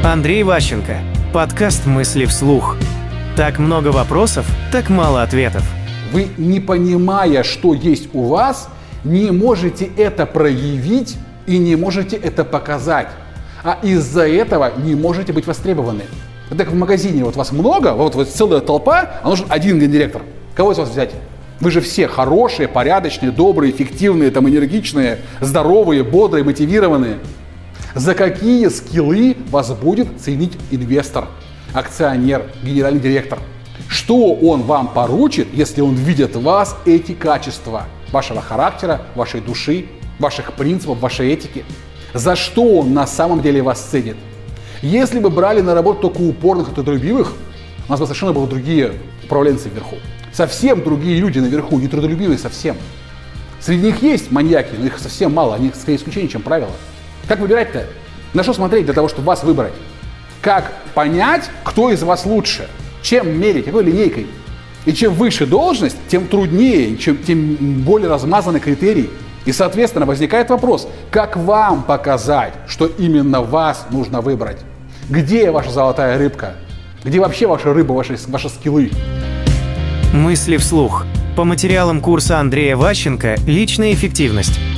Андрей Ващенко. Подкаст «Мысли вслух». Так много вопросов, так мало ответов. Вы, не понимая, что есть у вас, не можете это проявить и не можете это показать. А из-за этого не можете быть востребованы. Это как в магазине, вот вас много, вот целая толпа, а нужен один гендиректор. Кого из вас взять? Вы же все хорошие, порядочные, добрые, эффективные, энергичные, здоровые, бодрые, мотивированные. За какие скиллы вас будет ценить инвестор, акционер, генеральный директор? Что он вам поручит, если он видит в вас эти качества вашего характера, вашей души, ваших принципов, вашей этики? За что он на самом деле вас ценит? Если бы брали на работу только упорных и трудолюбивых, у нас бы совершенно были другие управленцы вверху. Совсем другие люди наверху, не трудолюбивые совсем. Среди них есть маньяки, но их совсем мало, они скорее исключение, чем правило. Как выбирать-то? На что смотреть для того, чтобы вас выбрать? Как понять, кто из вас лучше? Чем мерить? Какой линейкой? И чем выше должность, тем труднее, тем более размазаны критерии. И, соответственно, возникает вопрос, как вам показать, что именно вас нужно выбрать? Где ваша золотая рыбка? Где вообще ваша рыба, ваши скиллы? «Мысли вслух». По материалам курса Андрея Ващенко «Личная эффективность».